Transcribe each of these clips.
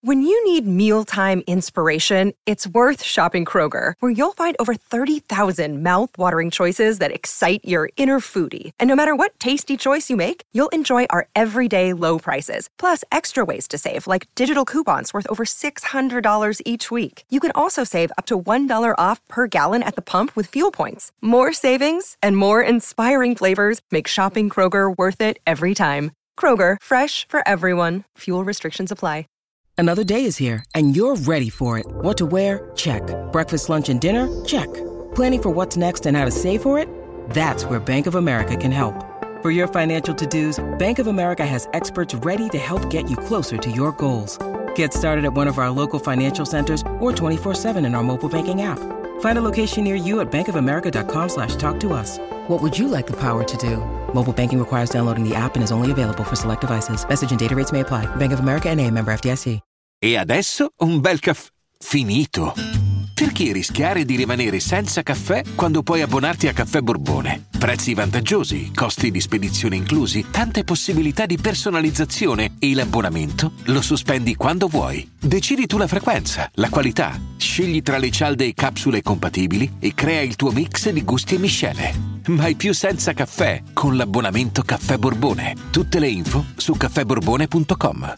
When you need mealtime inspiration, it's worth shopping Kroger, where you'll find over 30,000 mouth-watering choices that excite your inner foodie. And no matter what tasty choice you make, you'll enjoy our everyday low prices, plus extra ways to save, like digital coupons worth over $600 each week. You can also save up to $1 off per gallon at the pump with fuel points. More savings and more inspiring flavors make shopping Kroger worth it every time. Kroger, fresh for everyone. Fuel restrictions apply. Another day is here, and you're ready for it. What to wear? Check. Breakfast, lunch, and dinner? Check. Planning for what's next and how to save for it? That's where Bank of America can help. For your financial to-dos, Bank of America has experts ready to help get you closer to your goals. Get started at one of our local financial centers or 24/7 in our mobile banking app. Find a location near you at bankofamerica.com/talktous. What would you like the power to do? Mobile banking requires downloading the app and is only available for select devices. Message and data rates may apply. Bank of America N.A., member FDIC. E adesso un bel caffè finito. Perché rischiare di rimanere senza caffè quando puoi abbonarti a Caffè Borbone? Prezzi vantaggiosi, costi di spedizione inclusi, tante possibilità di personalizzazione e l'abbonamento lo sospendi quando vuoi. Decidi tu la frequenza, la qualità, scegli tra le cialde e capsule compatibili e crea il tuo mix di gusti e miscele. Mai più senza caffè con l'abbonamento Caffè Borbone. Tutte le info su caffèborbone.com.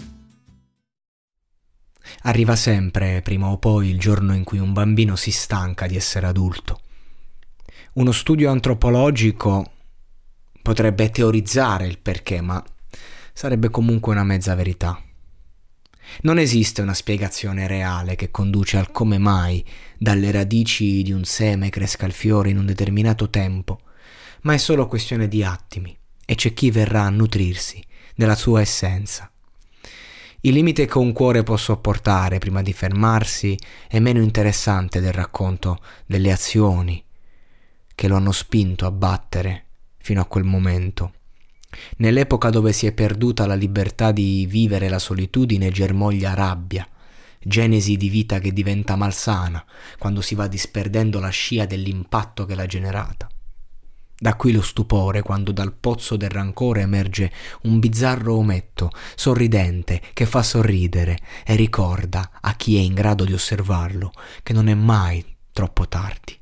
Arriva sempre, prima o poi, il giorno in cui un bambino si stanca di essere adulto. Uno studio antropologico potrebbe teorizzare il perché, ma sarebbe comunque una mezza verità. Non esiste una spiegazione reale che conduce al come mai dalle radici di un seme cresca il fiore in un determinato tempo, ma è solo questione di attimi, e c'è chi verrà a nutrirsi della sua essenza. Il limite che un cuore può sopportare prima di fermarsi è meno interessante del racconto delle azioni che lo hanno spinto a battere fino a quel momento. Nell'epoca dove si è perduta la libertà di vivere la solitudine germoglia rabbia, genesi di vita che diventa malsana quando si va disperdendo la scia dell'impatto che l'ha generata. Da qui lo stupore quando dal pozzo del rancore emerge un bizzarro ometto, sorridente, che fa sorridere e ricorda a chi è in grado di osservarlo che non è mai troppo tardi.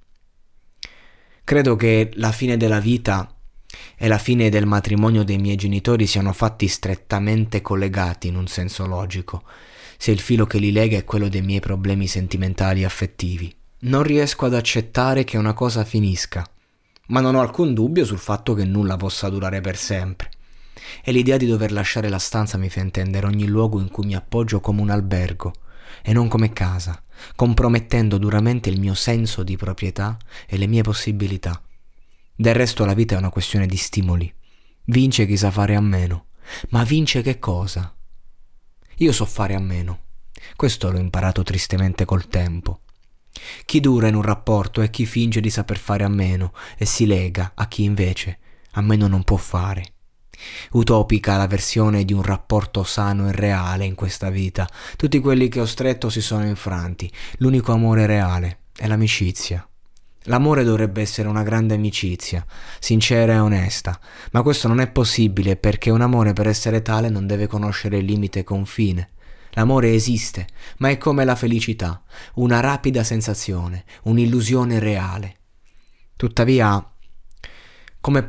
Credo che la fine della vita e la fine del matrimonio dei miei genitori siano fatti strettamente collegati in un senso logico, se il filo che li lega è quello dei miei problemi sentimentali e affettivi. Non riesco ad accettare che una cosa finisca, ma non ho alcun dubbio sul fatto che nulla possa durare per sempre. E l'idea di dover lasciare la stanza mi fa intendere ogni luogo in cui mi appoggio come un albergo e non come casa, compromettendo duramente il mio senso di proprietà e le mie possibilità. Del resto la vita è una questione di stimoli. Vince chi sa fare a meno. Ma vince che cosa? Io so fare a meno. Questo l'ho imparato tristemente col tempo. Chi dura in un rapporto è chi finge di saper fare a meno e si lega a chi invece a meno non può fare. Utopica la versione di un rapporto sano e reale in questa vita. Tutti quelli che ho stretto si sono infranti. L'unico amore reale è l'amicizia. L'amore dovrebbe essere una grande amicizia, sincera e onesta, ma questo non è possibile perché un amore per essere tale non deve conoscere limite e confine. L'amore esiste, ma è come la felicità, una rapida sensazione, un'illusione reale. Tuttavia, come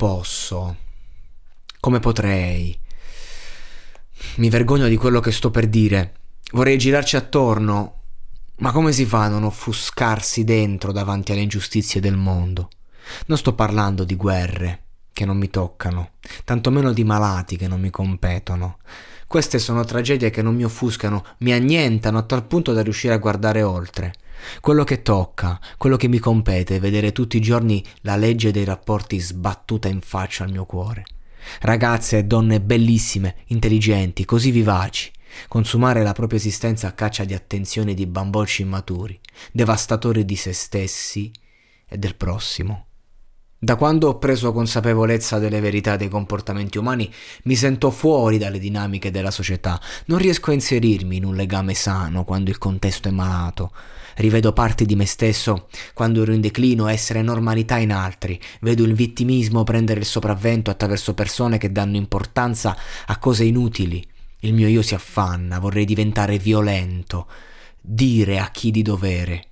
potrei? Mi vergogno di quello che sto per dire. Vorrei girarci attorno, ma come si fa a non offuscarsi dentro davanti alle ingiustizie del mondo? Non sto parlando di guerre che non mi toccano, tantomeno di malati che non mi competono. Queste sono tragedie che non mi offuscano, mi annientano a tal punto da riuscire a guardare oltre. Quello che tocca, quello che mi compete è vedere tutti i giorni la legge dei rapporti sbattuta in faccia al mio cuore. Ragazze e donne bellissime, intelligenti, così vivaci. Consumare la propria esistenza a caccia di attenzioni di bambocci immaturi, devastatori di se stessi e del prossimo. Da quando ho preso consapevolezza delle verità dei comportamenti umani mi sento fuori dalle dinamiche della società, non riesco a inserirmi in un legame sano quando il contesto è malato. Rivedo parti di me stesso quando ero in declino essere normalità in altri, vedo il vittimismo prendere il sopravvento attraverso persone che danno importanza a cose inutili Il mio io si affanna, vorrei diventare violento, dire a chi di dovere.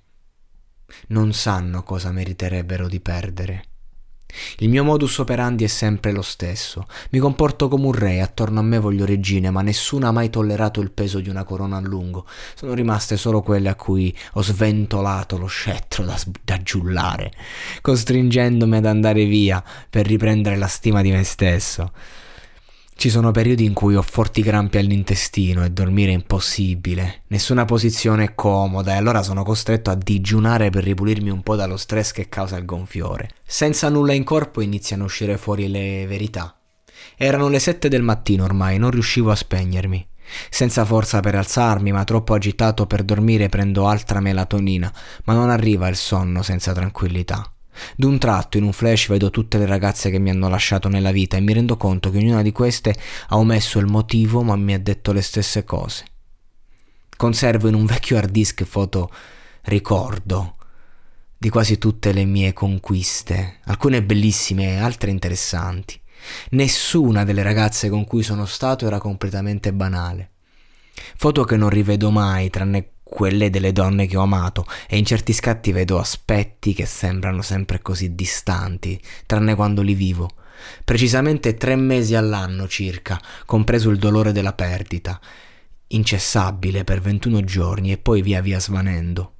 Non sanno cosa meriterebbero di perdere. Il mio modus operandi è sempre lo stesso. Mi comporto come un re, attorno a me voglio regine, ma nessuno ha mai tollerato il peso di una corona a lungo. Sono rimaste solo quelle a cui ho sventolato lo scettro da giullare, costringendomi ad andare via per riprendere la stima di me stesso. Ci sono periodi in cui ho forti crampi all'intestino e dormire è impossibile. Nessuna posizione è comoda e allora sono costretto a digiunare per ripulirmi un po' dallo stress che causa il gonfiore. Senza nulla in corpo iniziano a uscire fuori le verità. Erano le 7 del mattino ormai, non riuscivo a spegnermi. Senza forza per alzarmi, ma troppo agitato per dormire, prendo altra melatonina, ma non arriva il sonno senza tranquillità. D'un tratto, in un flash, vedo tutte le ragazze che mi hanno lasciato nella vita e mi rendo conto che ognuna di queste ha omesso il motivo ma mi ha detto le stesse cose. Conservo in un vecchio hard disk foto ricordo di quasi tutte le mie conquiste, alcune bellissime e altre interessanti. Nessuna delle ragazze con cui sono stato era completamente banale. Foto che non rivedo mai, tranne quelle delle donne che ho amato, e in certi scatti vedo aspetti che sembrano sempre così distanti, tranne quando li vivo. Precisamente 3 mesi all'anno circa, compreso il dolore della perdita, incessabile per 21 giorni e poi via via svanendo.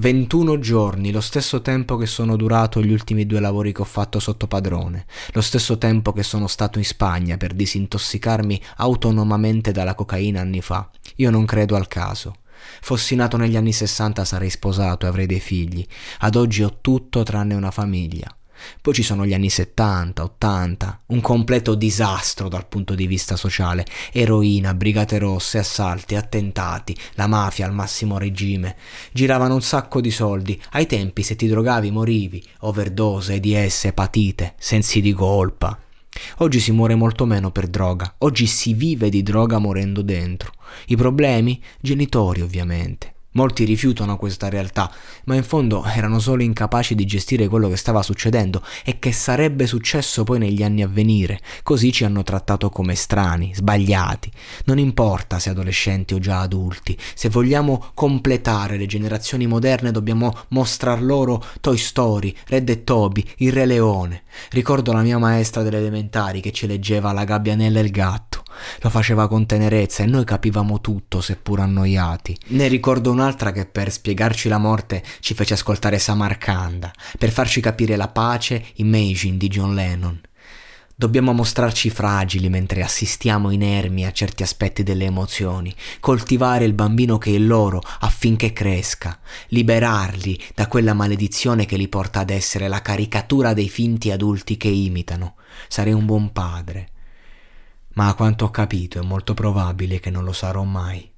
21 giorni, lo stesso tempo che sono durato gli ultimi 2 lavori che ho fatto sotto padrone, lo stesso tempo che sono stato in Spagna per disintossicarmi autonomamente dalla cocaina anni fa. Io non credo al caso. Fossi nato negli anni 60 sarei sposato e avrei dei figli. Ad oggi ho tutto tranne una famiglia. Poi ci sono gli anni 70, 80, un completo disastro dal punto di vista sociale. Eroina, brigate rosse, assalti, attentati, la mafia al massimo regime. Giravano un sacco di soldi. Ai tempi se ti drogavi morivi. Overdose, AIDS, epatite, sensi di colpa. Oggi si muore molto meno per droga. Oggi si vive di droga morendo dentro. I problemi? Genitori, ovviamente. Molti rifiutano questa realtà, ma in fondo erano solo incapaci di gestire quello che stava succedendo e che sarebbe successo poi negli anni a venire. Così ci hanno trattato come strani, sbagliati. Non importa se adolescenti o già adulti. Se vogliamo completare le generazioni moderne dobbiamo mostrar loro Toy Story, Red e Toby, il Re Leone. Ricordo la mia maestra delle elementari che ci leggeva La Gabbianella e il gatto. Lo faceva con tenerezza e noi capivamo tutto, seppur annoiati. Ne ricordo un'altra che per spiegarci la morte ci fece ascoltare Samarcanda, per farci capire la pace Imagine di John Lennon. Dobbiamo mostrarci fragili mentre assistiamo inermi a certi aspetti delle emozioni, coltivare il bambino che è loro affinché cresca, liberarli da quella maledizione che li porta ad essere la caricatura dei finti adulti che imitano. Sarei un buon padre. Ma a quanto ho capito è molto probabile che non lo sarò mai.